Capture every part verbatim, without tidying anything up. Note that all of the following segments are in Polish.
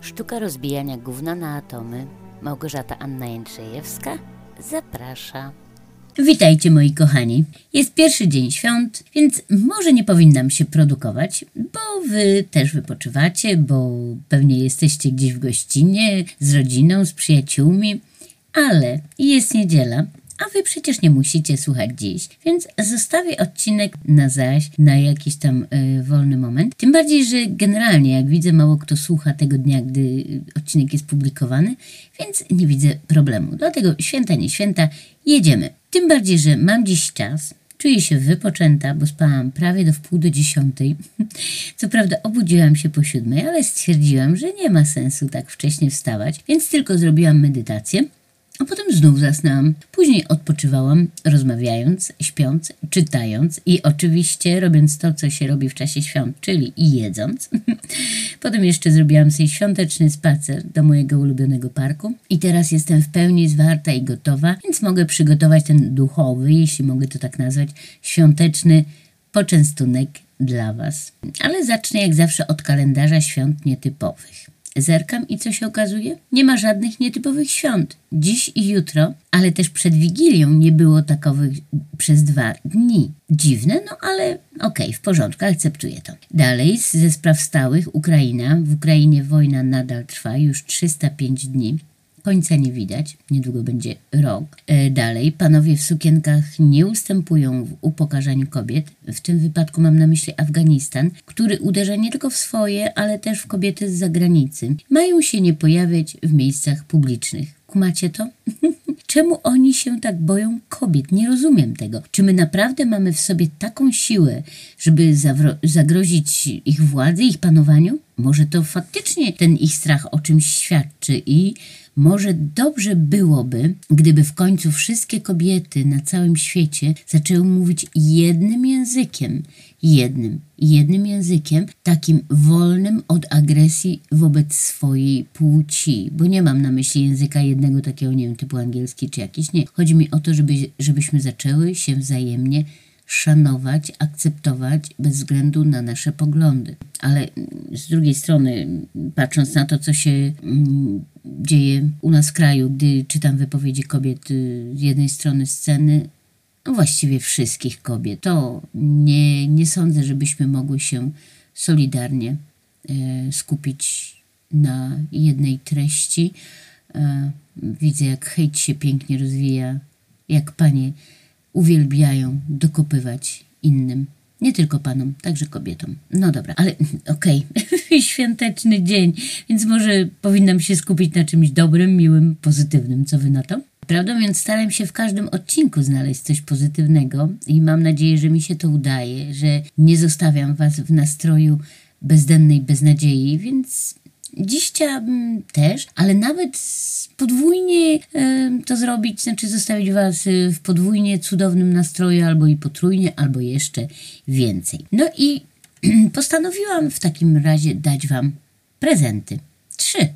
Sztuka rozbijania gówna na atomy. Małgorzata Anna Jędrzejewska zaprasza. Witajcie moi kochani. Jest pierwszy dzień świąt, więc może nie powinnam się produkować, bo wy też wypoczywacie, bo pewnie jesteście gdzieś w gościnie, z rodziną, z przyjaciółmi, ale jest niedziela, a wy przecież nie musicie słuchać dziś, więc zostawię odcinek na zaś, na jakiś tam y, wolny moment. Tym bardziej, że generalnie jak widzę, mało kto słucha tego dnia, gdy odcinek jest publikowany, więc nie widzę problemu. Dlatego święta, nie święta, jedziemy. Tym bardziej, że mam dziś czas, czuję się wypoczęta, bo spałam prawie do wpół do dziesiątej. Co prawda obudziłam się po siódmej, ale stwierdziłam, że nie ma sensu tak wcześnie wstawać, więc tylko zrobiłam medytację. A potem znów zasnęłam. Później odpoczywałam, rozmawiając, śpiąc, czytając i oczywiście robiąc to, co się robi w czasie świąt, czyli i jedząc. Potem jeszcze zrobiłam sobie świąteczny spacer do mojego ulubionego parku. I teraz jestem w pełni zwarta i gotowa, więc mogę przygotować ten duchowy, jeśli mogę to tak nazwać, świąteczny poczęstunek dla Was. Ale zacznę jak zawsze od kalendarza świąt nietypowych. Zerkam i co się okazuje? Nie ma żadnych nietypowych świąt. Dziś i jutro, ale też przed Wigilią nie było takowych przez dwa dni. Dziwne, no ale okej, okay, w porządku, akceptuję to. Dalej, ze spraw stałych, Ukraina. W Ukrainie wojna nadal trwa już trzysta pięć dni. Końca nie widać, niedługo będzie rok. E, dalej, panowie w sukienkach nie ustępują w upokarzaniu kobiet. W tym wypadku mam na myśli Afganistan, który uderza nie tylko w swoje, ale też w kobiety z zagranicy. Mają się nie pojawiać w miejscach publicznych. Kumacie to? Czemu oni się tak boją kobiet? Nie rozumiem tego. Czy my naprawdę mamy w sobie taką siłę, żeby zawro- zagrozić ich władzy, ich panowaniu? Może to faktycznie ten ich strach o czymś świadczy i może dobrze byłoby, gdyby w końcu wszystkie kobiety na całym świecie zaczęły mówić jednym językiem, jednym, jednym językiem, takim wolnym od agresji wobec swojej płci. Bo nie mam na myśli języka jednego takiego, nie wiem, typu angielski czy jakiś, nie. Chodzi mi o to, żeby, żebyśmy zaczęły się wzajemnie szanować, akceptować bez względu na nasze poglądy. Ale z drugiej strony, patrząc na to, co się mm, dzieje u nas w kraju, gdy czytam wypowiedzi kobiet y, z jednej strony sceny, no właściwie wszystkich kobiet, to nie, nie sądzę, żebyśmy mogły się solidarnie e, skupić na jednej treści. E, widzę, jak hejt się pięknie rozwija, jak panie uwielbiają dokopywać innym. Nie tylko panom, także kobietom. No dobra, ale okej, okay. Świąteczny dzień, więc może powinnam się skupić na czymś dobrym, miłym, pozytywnym. Co wy na to? Prawdą więc staram się w każdym odcinku znaleźć coś pozytywnego i mam nadzieję, że mi się to udaje, że nie zostawiam was w nastroju bezdennej beznadziei, więc dziś chciałabym też, ale nawet podwójnie e, to zrobić, znaczy zostawić was w podwójnie cudownym nastroju, albo i potrójnie, albo jeszcze więcej. No i postanowiłam w takim razie dać wam prezenty. Trzy.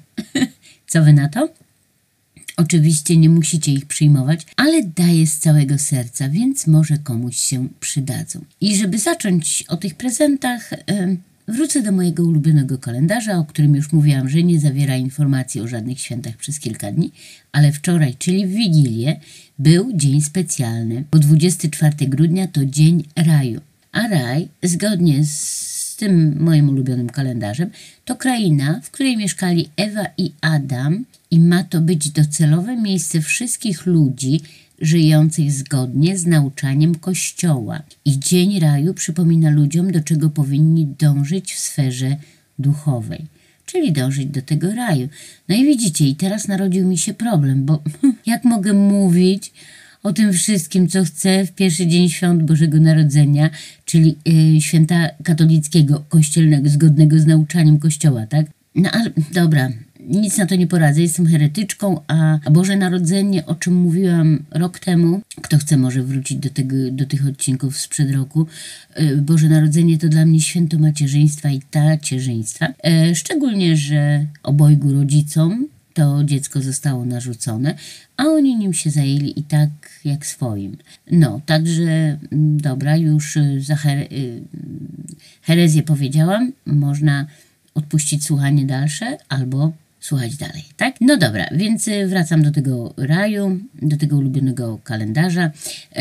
Co wy na to? Oczywiście nie musicie ich przyjmować, ale daję z całego serca, więc może komuś się przydadzą. I żeby zacząć o tych prezentach, e, wrócę do mojego ulubionego kalendarza, o którym już mówiłam, że nie zawiera informacji o żadnych świętach przez kilka dni, ale wczoraj, czyli w Wigilię, był dzień specjalny, bo dwudziestego czwartego grudnia to Dzień Raju. A raj, zgodnie z tym moim ulubionym kalendarzem, to kraina, w której mieszkali Ewa i Adam i ma to być docelowe miejsce wszystkich ludzi żyjących zgodnie z nauczaniem Kościoła. I Dzień Raju przypomina ludziom, do czego powinni dążyć w sferze duchowej, czyli dążyć do tego raju. No i widzicie, i teraz narodził mi się problem, bo jak mogę mówić o tym wszystkim, co chcę w pierwszy dzień świąt Bożego Narodzenia, czyli yy, święta katolickiego, kościelnego, zgodnego z nauczaniem Kościoła, tak? No ale dobra, nic na to nie poradzę, jestem heretyczką, a Boże Narodzenie, o czym mówiłam rok temu, kto chce może wrócić do, tego, do tych odcinków sprzed roku, Boże Narodzenie to dla mnie święto macierzyństwa i tacierzyństwa, e, szczególnie, że obojgu rodzicom to dziecko zostało narzucone, a oni nim się zajęli i tak jak swoim. No, także dobra, już za her- herezję powiedziałam, można odpuścić słuchanie dalsze albo słuchać dalej, tak? No dobra, więc wracam do tego raju, do tego ulubionego kalendarza.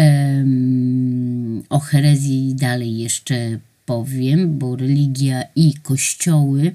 Um, o herezji dalej jeszcze powiem, bo religia i kościoły,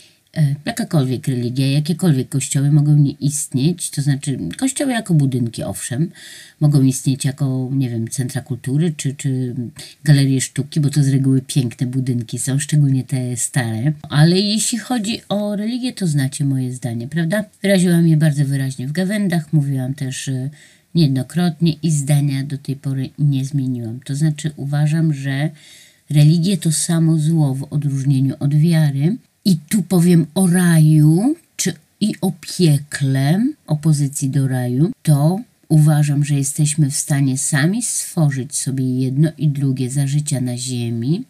e, jakakolwiek religia, jakiekolwiek kościoły mogą nie istnieć, to znaczy kościoły jako budynki, owszem, mogą istnieć jako, nie wiem, centra kultury czy, czy galerie sztuki, bo to z reguły piękne budynki są, szczególnie te stare, ale jeśli chodzi o religię, to znacie moje zdanie, prawda? Wyraziłam je bardzo wyraźnie w gawędach, mówiłam też e, niejednokrotnie i zdania do tej pory nie zmieniłam, to znaczy uważam, że religie to samo zło w odróżnieniu od wiary. I tu powiem o raju czy i o piekle, opozycji do raju, to uważam, że jesteśmy w stanie sami stworzyć sobie jedno i drugie za życia na ziemi.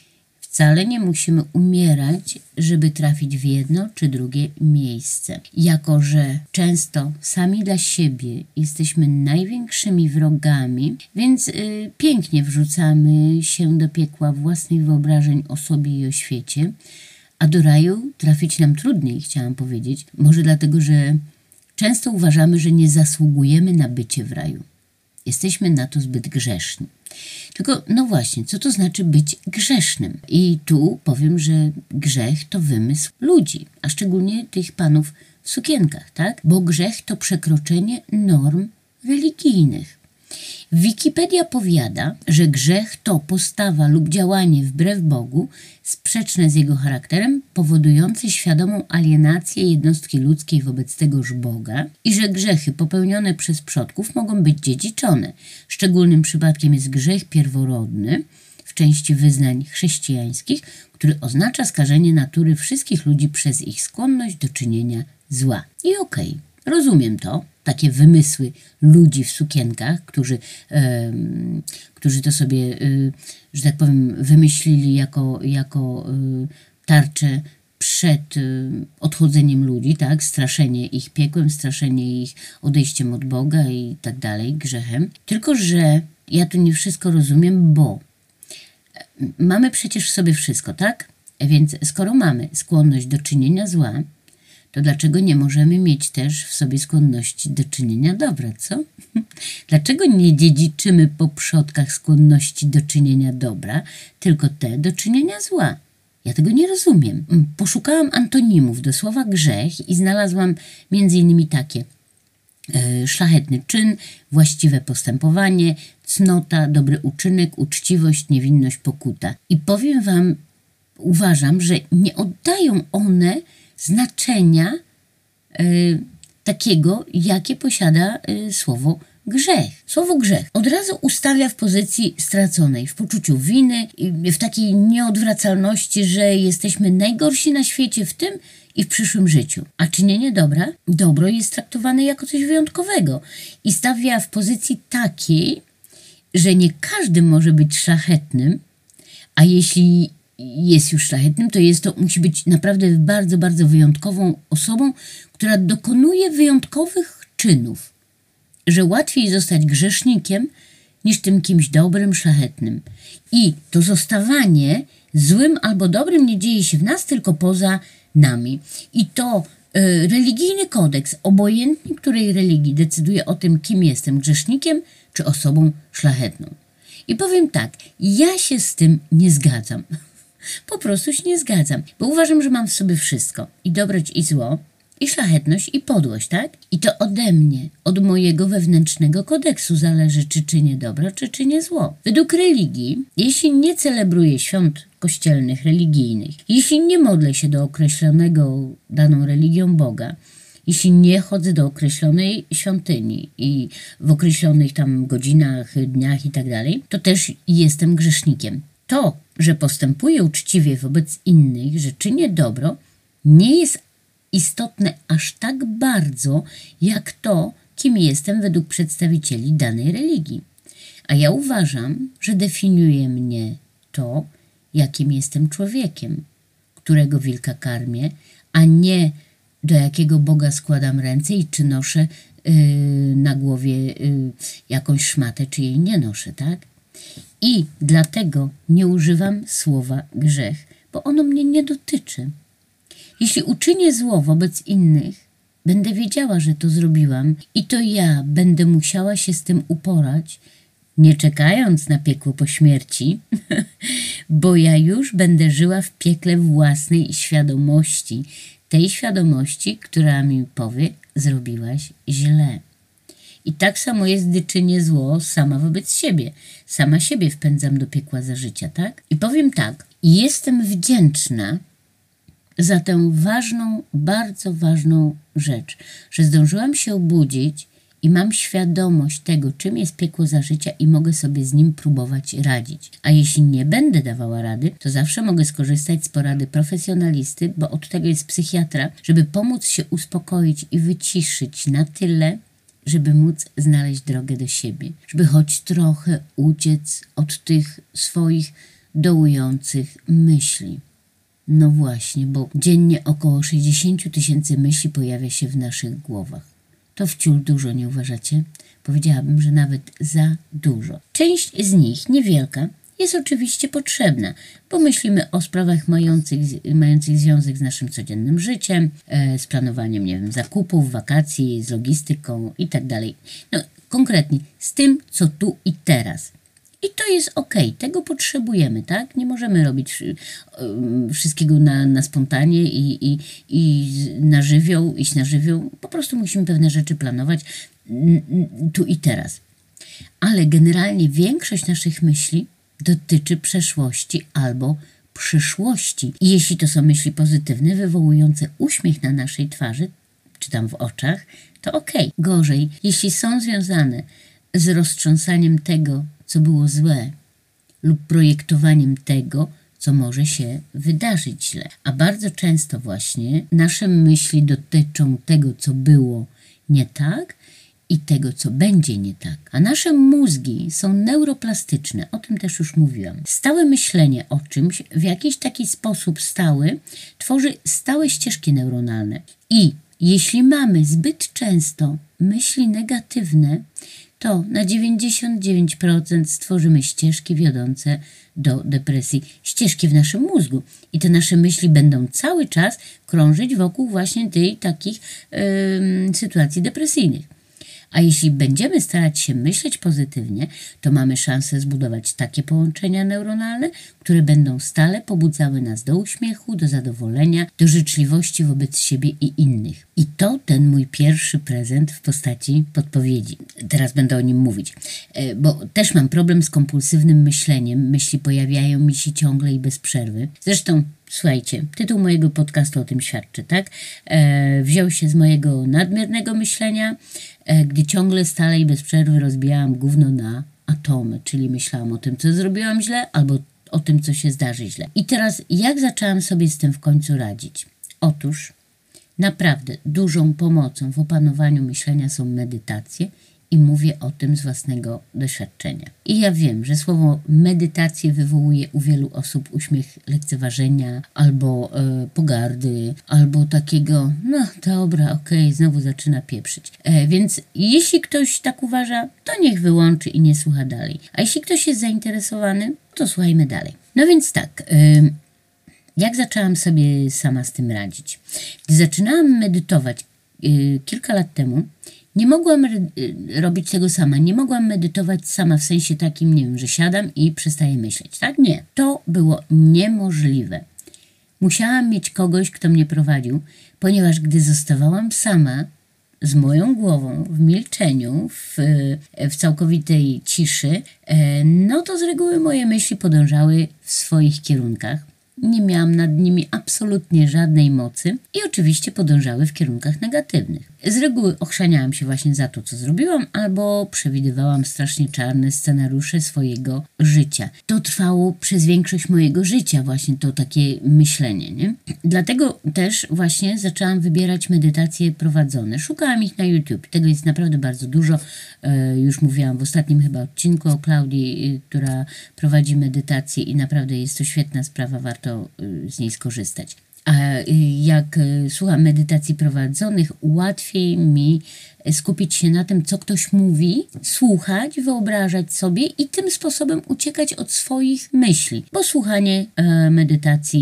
Wcale nie musimy umierać, żeby trafić w jedno czy drugie miejsce. Jako że często sami dla siebie jesteśmy największymi wrogami, więc yy, pięknie wrzucamy się do piekła własnych wyobrażeń o sobie i o świecie, a do raju trafić nam trudniej, chciałam powiedzieć. Może dlatego, że często uważamy, że nie zasługujemy na bycie w raju. Jesteśmy na to zbyt grzeszni. Tylko, no właśnie, co to znaczy być grzesznym? I tu powiem, że grzech to wymysł ludzi, a szczególnie tych panów w sukienkach, tak? Bo grzech to przekroczenie norm religijnych. Wikipedia powiada, że grzech to postawa lub działanie wbrew Bogu, sprzeczne z jego charakterem, powodujące świadomą alienację jednostki ludzkiej wobec tegoż Boga i że grzechy popełnione przez przodków mogą być dziedziczone. Szczególnym przypadkiem jest grzech pierworodny w części wyznań chrześcijańskich, który oznacza skażenie natury wszystkich ludzi przez ich skłonność do czynienia zła. I okej, okay, rozumiem to. Takie wymysły ludzi w sukienkach, którzy, e, którzy to sobie, e, że tak powiem, wymyślili jako, jako e, tarczę przed e, odchodzeniem ludzi, tak? Straszenie ich piekłem, straszenie ich odejściem od Boga i tak dalej, grzechem. Tylko że ja tu nie wszystko rozumiem, bo mamy przecież w sobie wszystko, tak? Więc skoro mamy skłonność do czynienia zła, to dlaczego nie możemy mieć też w sobie skłonności do czynienia dobra, co? Dlaczego nie dziedziczymy po przodkach skłonności do czynienia dobra, tylko te do czynienia zła? Ja tego nie rozumiem. Poszukałam antonimów do słowa grzech i znalazłam między innymi takie: e, szlachetny czyn, właściwe postępowanie, cnota, dobry uczynek, uczciwość, niewinność, pokuta. I powiem wam, uważam, że nie oddają one znaczenia y, takiego, jakie posiada y, słowo grzech. Słowo grzech od razu ustawia w pozycji straconej, w poczuciu winy, y, w takiej nieodwracalności, że jesteśmy najgorsi na świecie w tym i w przyszłym życiu. A czynienie dobra, dobro jest traktowane jako coś wyjątkowego i stawia w pozycji takiej, że nie każdy może być szlachetnym, a jeśli jest już szlachetnym, to jest to, musi być naprawdę bardzo, bardzo wyjątkową osobą, która dokonuje wyjątkowych czynów, że łatwiej zostać grzesznikiem niż tym kimś dobrym, szlachetnym. I to zostawanie złym albo dobrym nie dzieje się w nas, tylko poza nami. I to y, religijny kodeks, obojętnie której religii, decyduje o tym, kim jestem, grzesznikiem czy osobą szlachetną. I powiem tak, ja się z tym nie zgadzam. Po prostu się nie zgadzam, bo uważam, że mam w sobie wszystko. I dobroć, i zło, i szlachetność, i podłość, tak? I to ode mnie, od mojego wewnętrznego kodeksu zależy, czy czynię dobro, czy czynię zło. Według religii, jeśli nie celebruję świąt kościelnych, religijnych, jeśli nie modlę się do określonego daną religią Boga, jeśli nie chodzę do określonej świątyni i w określonych tam godzinach, dniach i tak dalej, to też jestem grzesznikiem. To, że postępuję uczciwie wobec innych, że czynię dobro, nie jest istotne aż tak bardzo, jak to, kim jestem według przedstawicieli danej religii. A ja uważam, że definiuje mnie to, jakim jestem człowiekiem, którego wilka karmię, a nie do jakiego Boga składam ręce i czy noszę yy, na głowie yy, jakąś szmatę, czy jej nie noszę, tak? I dlatego nie używam słowa grzech, bo ono mnie nie dotyczy. Jeśli uczynię zło wobec innych, będę wiedziała, że to zrobiłam i to ja będę musiała się z tym uporać, nie czekając na piekło po śmierci, bo ja już będę żyła w piekle własnej świadomości, tej świadomości, która mi powie, zrobiłaś źle. I tak samo jest, gdy czynię zło sama wobec siebie. Sama siebie wpędzam do piekła za życia, tak? I powiem tak, jestem wdzięczna za tę ważną, bardzo ważną rzecz, że zdążyłam się obudzić i mam świadomość tego, czym jest piekło za życia i mogę sobie z nim próbować radzić. A jeśli nie będę dawała rady, to zawsze mogę skorzystać z porady profesjonalisty, bo od tego jest psychiatra, żeby pomóc się uspokoić i wyciszyć na tyle, żeby móc znaleźć drogę do siebie. Żeby choć trochę uciec od tych swoich dołujących myśli. No właśnie, bo dziennie około sześćdziesiąt tysięcy myśli pojawia się w naszych głowach. To wciul dużo, nie uważacie? Powiedziałabym, że nawet za dużo. Część z nich, niewielka, jest oczywiście potrzebna, bo myślimy o sprawach mających, mających związek z naszym codziennym życiem, e, z planowaniem, nie wiem, zakupów, wakacji, z logistyką i tak dalej. No, konkretnie z tym, co tu i teraz. I to jest okej, tego potrzebujemy, tak? Nie możemy robić y, wszystkiego na, na spontanie i, i, i na żywioł, iść na żywioł. Po prostu musimy pewne rzeczy planować y, y, tu i teraz. Ale generalnie większość naszych myśli dotyczy przeszłości albo przyszłości. I jeśli to są myśli pozytywne, wywołujące uśmiech na naszej twarzy, czy tam w oczach, to okej. Gorzej, jeśli są związane z roztrząsaniem tego, co było złe, lub projektowaniem tego, co może się wydarzyć źle. A bardzo często właśnie nasze myśli dotyczą tego, co było nie tak i tego, co będzie nie tak. A nasze mózgi są neuroplastyczne, o tym też już mówiłam. Stałe myślenie o czymś w jakiś taki sposób stały tworzy stałe ścieżki neuronalne. I jeśli mamy zbyt często myśli negatywne, to na dziewięćdziesiąt dziewięć procent stworzymy ścieżki wiodące do depresji, ścieżki w naszym mózgu. I te nasze myśli będą cały czas krążyć wokół właśnie tej takich yy, sytuacji depresyjnych. A jeśli będziemy starać się myśleć pozytywnie, to mamy szansę zbudować takie połączenia neuronalne, które będą stale pobudzały nas do uśmiechu, do zadowolenia, do życzliwości wobec siebie i innych. I to ten mój pierwszy prezent w postaci podpowiedzi. Teraz będę o nim mówić, bo też mam problem z kompulsywnym myśleniem. Myśli pojawiają mi się ciągle i bez przerwy. Zresztą słuchajcie, tytuł mojego podcastu o tym świadczy, tak? E, wziął się z mojego nadmiernego myślenia, e, gdy ciągle, stale i bez przerwy rozbijałam gówno na atomy, czyli myślałam o tym, co zrobiłam źle, albo o tym, co się zdarzy źle. I teraz, jak zaczęłam sobie z tym w końcu radzić? Otóż, naprawdę dużą pomocą w opanowaniu myślenia są medytacje, i mówię o tym z własnego doświadczenia. I ja wiem, że słowo medytacje wywołuje u wielu osób uśmiech lekceważenia, albo e, pogardy, albo takiego, no dobra, okej, okay, znowu zaczyna pieprzyć. E, więc jeśli ktoś tak uważa, to niech wyłączy i nie słucha dalej. A jeśli ktoś jest zainteresowany, to słuchajmy dalej. No więc tak, e, jak zaczęłam sobie sama z tym radzić? Gdy zaczynałam medytować e, kilka lat temu, nie mogłam robić tego sama, nie mogłam medytować sama w sensie takim, nie wiem, że siadam i przestaję myśleć, tak? Nie, to było niemożliwe. Musiałam mieć kogoś, kto mnie prowadził, ponieważ gdy zostawałam sama z moją głową, w milczeniu, w, w całkowitej ciszy, no to z reguły moje myśli podążały w swoich kierunkach. Nie miałam nad nimi absolutnie żadnej mocy i oczywiście podążały w kierunkach negatywnych. Z reguły ochrzaniałam się właśnie za to, co zrobiłam, albo przewidywałam strasznie czarne scenariusze swojego życia. To trwało przez większość mojego życia, właśnie to takie myślenie, nie? Dlatego też właśnie zaczęłam wybierać medytacje prowadzone. Szukałam ich na YouTube. Tego jest naprawdę bardzo dużo. E, już mówiłam w ostatnim chyba odcinku o Klaudii, która prowadzi medytację i naprawdę jest to świetna sprawa, warto z niej skorzystać. A jak słucham medytacji prowadzonych, łatwiej mi skupić się na tym, co ktoś mówi, słuchać, wyobrażać sobie i tym sposobem uciekać od swoich myśli. Bo słuchanie e, medytacji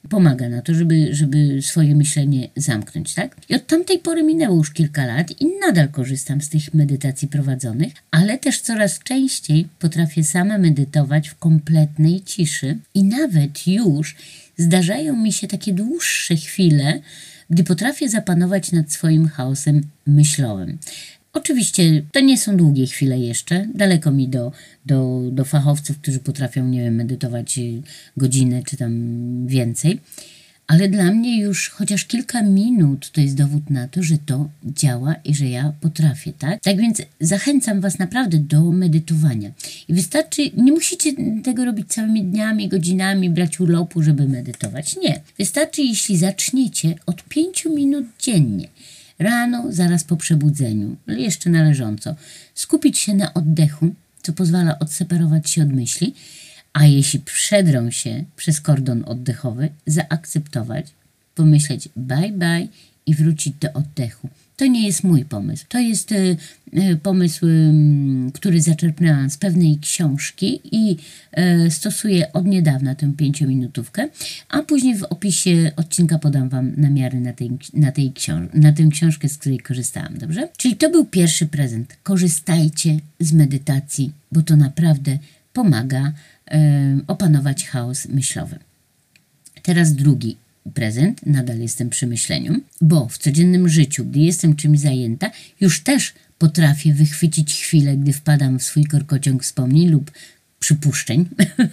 pomaga na to, żeby, żeby swoje myślenie zamknąć, tak? I od tamtej pory minęło już kilka lat i nadal korzystam z tych medytacji prowadzonych, ale też coraz częściej potrafię sama medytować w kompletnej ciszy i nawet już zdarzają mi się takie dłuższe chwile, gdy potrafię zapanować nad swoim chaosem myślowym. Oczywiście to nie są długie chwile jeszcze, daleko mi do, do, do fachowców, którzy potrafią, nie wiem, medytować godzinę czy tam więcej, ale dla mnie już chociaż kilka minut to jest dowód na to, że to działa i że ja potrafię, tak? Tak więc zachęcam Was naprawdę do medytowania. I wystarczy, nie musicie tego robić całymi dniami, godzinami, brać urlopu, żeby medytować. Nie. Wystarczy, jeśli zaczniecie od pięciu minut dziennie. Rano, zaraz po przebudzeniu, jeszcze należąco, skupić się na oddechu, co pozwala odseparować się od myśli, a jeśli przedrą się przez kordon oddechowy, zaakceptować, pomyśleć bye bye i wrócić do oddechu. To nie jest mój pomysł. To jest y, y, pomysł, y, który zaczerpnęłam z pewnej książki i y, stosuję od niedawna tę pięciominutówkę, a później w opisie odcinka podam Wam namiary na, tej, na, tej książ- na tę książkę, z której korzystałam, dobrze? Czyli to był pierwszy prezent. Korzystajcie z medytacji, bo to naprawdę pomaga y, opanować chaos myślowy. Teraz drugi prezent, nadal jestem przy myśleniu, bo w codziennym życiu, gdy jestem czymś zajęta, już też potrafię wychwycić chwilę, gdy wpadam w swój korkociąg wspomnień lub przypuszczeń,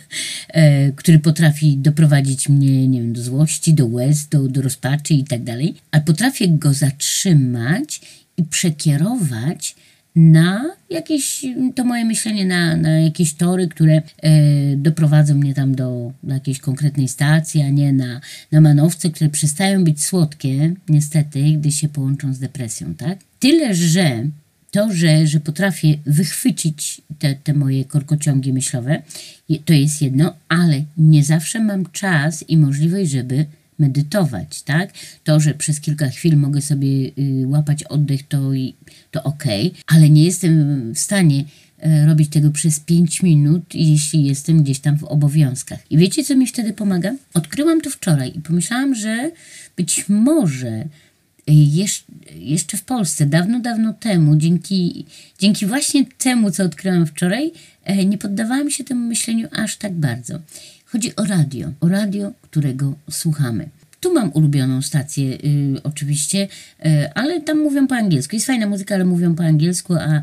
który potrafi doprowadzić mnie, nie wiem, do złości, do łez, do, do rozpaczy i tak dalej, ale potrafię go zatrzymać i przekierować na jakieś, to moje myślenie, na, na jakieś tory, które e, doprowadzą mnie tam do, do jakiejś konkretnej stacji, a nie na, na manowce, które przestają być słodkie, niestety, gdy się połączą z depresją, tak? Tyle, że to, że, że potrafię wychwycić te, te moje korkociągi myślowe, to jest jedno, ale nie zawsze mam czas i możliwość, żeby medytować, tak? To, że przez kilka chwil mogę sobie y, łapać oddech, to, to okej, okay, ale nie jestem w stanie y, robić tego przez pięć minut, jeśli jestem gdzieś tam w obowiązkach. I wiecie, co mi wtedy pomaga? Odkryłam to wczoraj i pomyślałam, że być może jesz, jeszcze w Polsce, dawno, dawno temu, dzięki, dzięki właśnie temu, co odkryłam wczoraj, y, nie poddawałam się temu myśleniu aż tak bardzo. Chodzi o radio, o radio, którego słuchamy. Tu mam ulubioną stację y, oczywiście, y, ale tam mówią po angielsku. Jest fajna muzyka, ale mówią po angielsku, a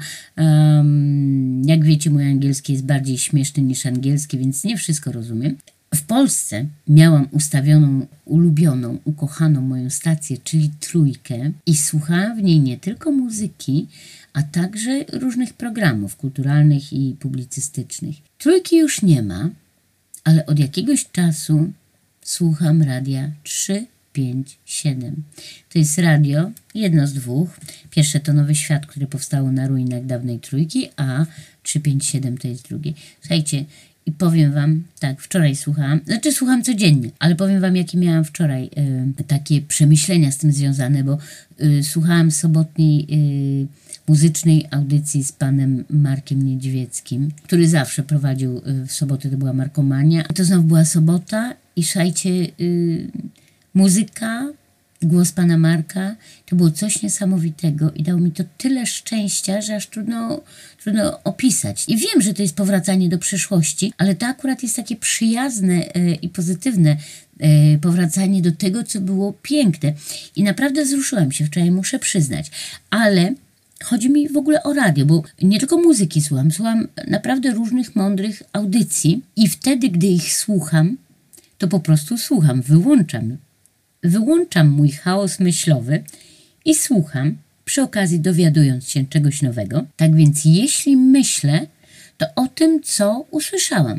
um, jak wiecie, mój angielski jest bardziej śmieszny niż angielski, więc nie wszystko rozumiem. W Polsce miałam ustawioną, ulubioną, ukochaną moją stację, czyli Trójkę i słuchałam w niej nie tylko muzyki, a także różnych programów kulturalnych i publicystycznych. Trójki już nie ma, ale od jakiegoś czasu słucham radia trzy pięć siedem. To jest radio, jedno z dwóch. Pierwsze to Nowy Świat, które powstało na ruinach dawnej Trójki, a trzysta pięćdziesiąt siedem to jest drugie. Słuchajcie, i powiem Wam, tak, wczoraj słuchałam, znaczy słucham codziennie, ale powiem Wam, jakie miałam wczoraj y, takie przemyślenia z tym związane, bo y, słuchałam sobotniej y, muzycznej audycji z panem Markiem Niedźwieckim, który zawsze prowadził y, w sobotę, to była Markomania. I to znowu była sobota i szajcie, y, muzyka, głos pana Marka, to było coś niesamowitego i dał mi to tyle szczęścia, że aż trudno, trudno opisać. I wiem, że to jest powracanie do przeszłości, ale to akurat jest takie przyjazne y, i pozytywne y, powracanie do tego, co było piękne. I naprawdę wzruszyłam się wczoraj, muszę przyznać. Ale chodzi mi w ogóle o radio, bo nie tylko muzyki słucham, słucham naprawdę różnych mądrych audycji i wtedy, gdy ich słucham, to po prostu słucham, wyłączam. Wyłączam mój chaos myślowy i słucham, przy okazji dowiadując się czegoś nowego. Tak więc jeśli myślę, to o tym, co usłyszałam.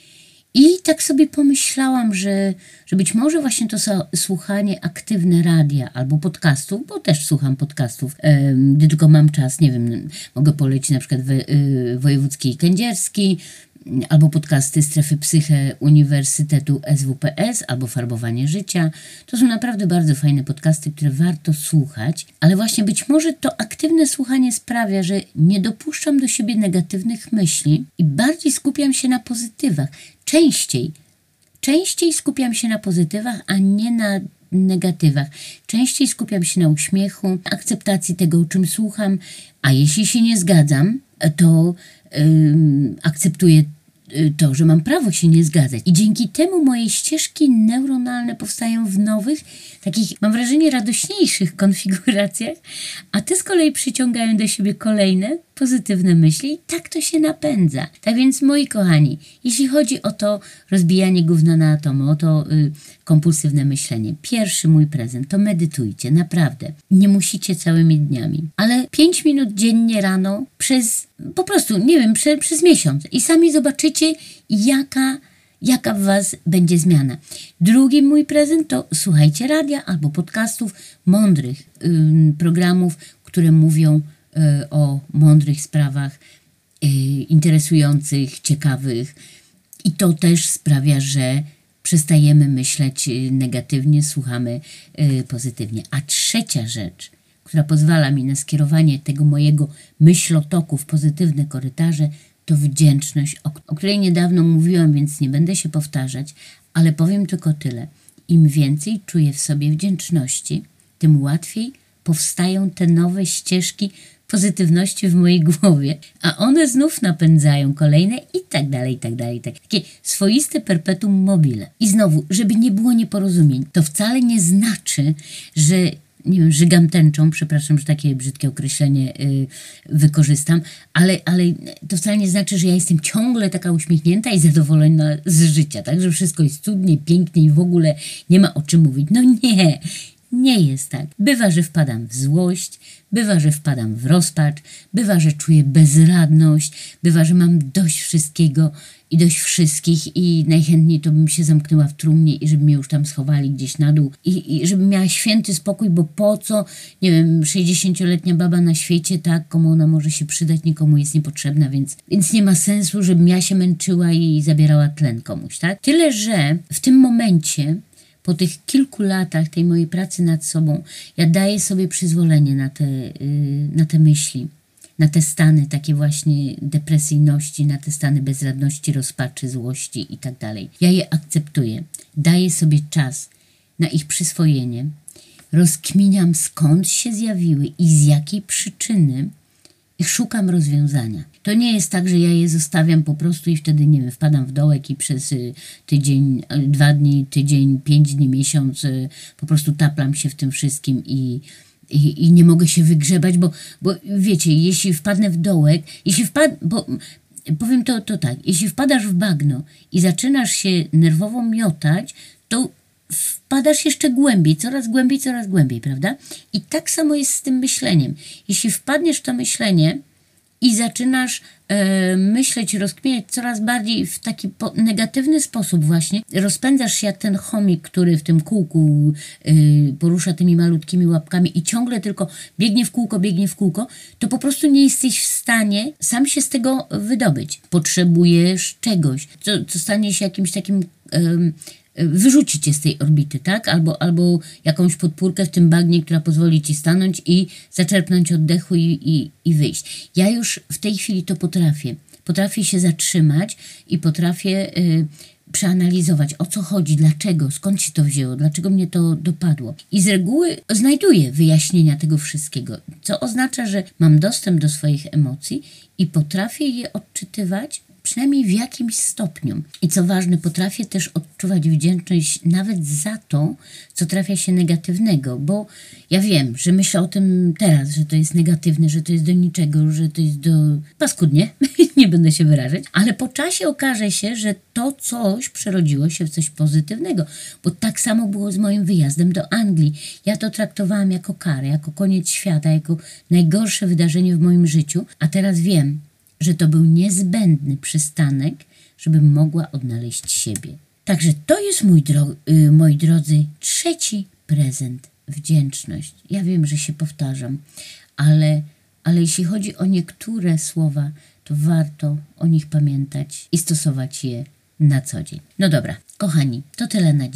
I tak sobie pomyślałam, że, że być może właśnie to słuchanie aktywne radia albo podcastów, bo też słucham podcastów, yy, gdy tylko mam czas, nie wiem, mogę polecić na przykład we, yy, Wojewódzki i Kędzierski, albo podcasty Strefy Psyche Uniwersytetu S W P S, albo Farbowanie Życia. To są naprawdę bardzo fajne podcasty, które warto słuchać, ale właśnie być może to aktywne słuchanie sprawia, że nie dopuszczam do siebie negatywnych myśli i bardziej skupiam się na pozytywach. Częściej, częściej skupiam się na pozytywach, a nie na negatywach. Częściej skupiam się na uśmiechu, akceptacji tego, o czym słucham, a jeśli się nie zgadzam, to yy, akceptuję to, że mam prawo się nie zgadzać. I dzięki temu moje ścieżki neuronalne powstają w nowych, takich, mam wrażenie, radośniejszych konfiguracjach, a te z kolei przyciągają do siebie kolejne pozytywne myśli i tak to się napędza. Tak więc, moi kochani, jeśli chodzi o to rozbijanie gówna na atomy, o to y, kompulsywne myślenie, pierwszy mój prezent to medytujcie, naprawdę. Nie musicie całymi dniami, ale pięć minut dziennie rano przez, po prostu, nie wiem, prze, przez miesiąc i sami zobaczycie, jaka jaka w was będzie zmiana. Drugi mój prezent to słuchajcie radia albo podcastów mądrych, y, programów, które mówią y, o mądrych sprawach, y, interesujących, ciekawych. I to też sprawia, że przestajemy myśleć negatywnie, słuchamy y, pozytywnie. A trzecia rzecz, która pozwala mi na skierowanie tego mojego myślotoku w pozytywne korytarze, to wdzięczność, o, o której niedawno mówiłam, więc nie będę się powtarzać, ale powiem tylko tyle. Im więcej czuję w sobie wdzięczności, tym łatwiej powstają te nowe ścieżki pozytywności w mojej głowie, a one znów napędzają kolejne i tak dalej, i tak dalej. Tak. Takie swoiste perpetuum mobile. I znowu, żeby nie było nieporozumień, to wcale nie znaczy, że nie wiem, żygam tęczą, przepraszam, że takie brzydkie określenie yy, wykorzystam, ale, ale to wcale nie znaczy, że ja jestem ciągle taka uśmiechnięta i zadowolona z życia, tak, że wszystko jest cudnie, pięknie i w ogóle nie ma o czym mówić. No nie, nie jest tak. Bywa, że wpadam w złość, bywa, że wpadam w rozpacz, bywa, że czuję bezradność, bywa, że mam dość wszystkiego i dość wszystkich i najchętniej to bym się zamknęła w trumnie i żeby mnie już tam schowali gdzieś na dół i, i żebym miała święty spokój, bo po co, nie wiem, sześćdziesięcioletnia baba na świecie, tak, komu ona może się przydać, nikomu jest niepotrzebna, więc, więc nie ma sensu, żebym ja się męczyła i zabierała tlen komuś, tak? Tyle, że w tym momencie po tych kilku latach tej mojej pracy nad sobą, ja daję sobie przyzwolenie na te, yy, na te myśli, na te stany takie właśnie depresyjności, na te stany bezradności, rozpaczy, złości i tak dalej. Ja je akceptuję, daję sobie czas na ich przyswojenie, rozkminiam skąd się zjawiły i z jakiej przyczyny i szukam rozwiązania. To nie jest tak, że ja je zostawiam po prostu i wtedy, nie wiem, wpadam w dołek i przez y, tydzień, y, dwa dni, tydzień, pięć dni, miesiąc y, po prostu taplam się w tym wszystkim i, i, i nie mogę się wygrzebać, bo, bo wiecie, jeśli wpadnę w dołek, jeśli wpad, bo powiem to, to tak, jeśli wpadasz w bagno i zaczynasz się nerwowo miotać, to wpadasz jeszcze głębiej, coraz głębiej, coraz głębiej, prawda? I tak samo jest z tym myśleniem. Jeśli wpadniesz w to myślenie i zaczynasz e, myśleć, rozkminiać coraz bardziej w taki po, negatywny sposób właśnie, rozpędzasz się jak ten chomik, który w tym kółku e, porusza tymi malutkimi łapkami i ciągle tylko biegnie w kółko, biegnie w kółko, to po prostu nie jesteś w stanie sam się z tego wydobyć. Potrzebujesz czegoś, co, co stanie się jakimś takim e, wyrzuci cię z tej orbity, tak? Albo, albo jakąś podpórkę w tym bagnie, która pozwoli ci stanąć i zaczerpnąć oddechu i, i, i wyjść. Ja już w tej chwili to potrafię. Potrafię się zatrzymać i potrafię y, przeanalizować, o co chodzi, dlaczego, skąd się to wzięło, dlaczego mnie to dopadło. I z reguły znajduję wyjaśnienia tego wszystkiego, co oznacza, że mam dostęp do swoich emocji i potrafię je odczytywać przynajmniej w jakimś stopniu. I co ważne, potrafię też odczuwać wdzięczność nawet za to, co trafia się negatywnego, bo ja wiem, że myślę o tym teraz, że to jest negatywne, że to jest do niczego, że to jest do... paskudnie, nie będę się wyrażać, ale po czasie okaże się, że to coś przerodziło się w coś pozytywnego, bo tak samo było z moim wyjazdem do Anglii. Ja to traktowałam jako karę, jako koniec świata, jako najgorsze wydarzenie w moim życiu, a teraz wiem, że to był niezbędny przystanek, żebym mogła odnaleźć siebie. Także to jest, mój dro- yy, moi drodzy, trzeci prezent. Wdzięczność. Ja wiem, że się powtarzam, ale, ale jeśli chodzi o niektóre słowa, to warto o nich pamiętać i stosować je na co dzień. No dobra, kochani, to tyle na dziś.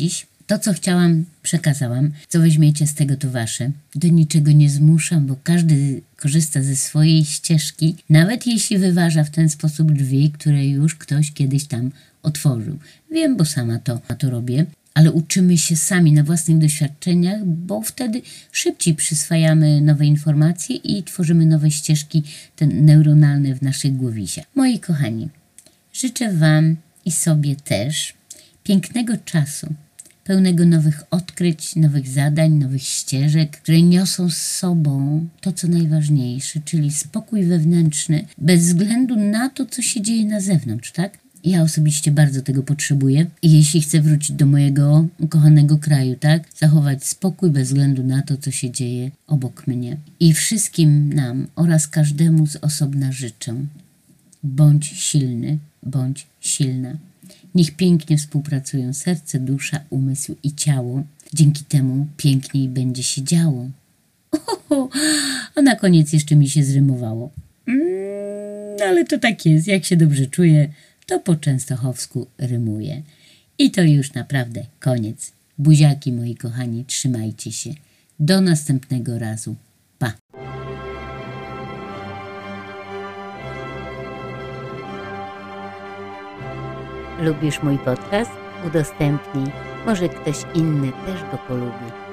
To, co chciałam, przekazałam. Co weźmiecie z tego, to wasze. Do niczego nie zmuszam, bo każdy korzysta ze swojej ścieżki, nawet jeśli wyważa w ten sposób drzwi, które już ktoś kiedyś tam otworzył. Wiem, bo sama to, to robię, ale uczymy się sami na własnych doświadczeniach, bo wtedy szybciej przyswajamy nowe informacje i tworzymy nowe ścieżki te neuronalne w naszych głowisiach. Moi kochani, życzę wam i sobie też pięknego czasu, pełnego nowych odkryć, nowych zadań, nowych ścieżek, które niosą z sobą to, co najważniejsze, czyli spokój wewnętrzny, bez względu na to, co się dzieje na zewnątrz, tak? Ja osobiście bardzo tego potrzebuję i jeśli chcę wrócić do mojego ukochanego kraju, tak? Zachować spokój bez względu na to, co się dzieje obok mnie. I wszystkim nam oraz każdemu z osobna życzę. Bądź silny, bądź silna. Niech pięknie współpracują serce, dusza, umysł i ciało. Dzięki temu piękniej będzie się działo. Oho, a na koniec jeszcze mi się zrymowało. Mm, ale to tak jest, jak się dobrze czuję, to po częstochowsku rymuje. I to już naprawdę koniec. Buziaki moi kochani, trzymajcie się. Do następnego razu. Pa! Lubisz mój podcast? Udostępnij. Może ktoś inny też go polubi.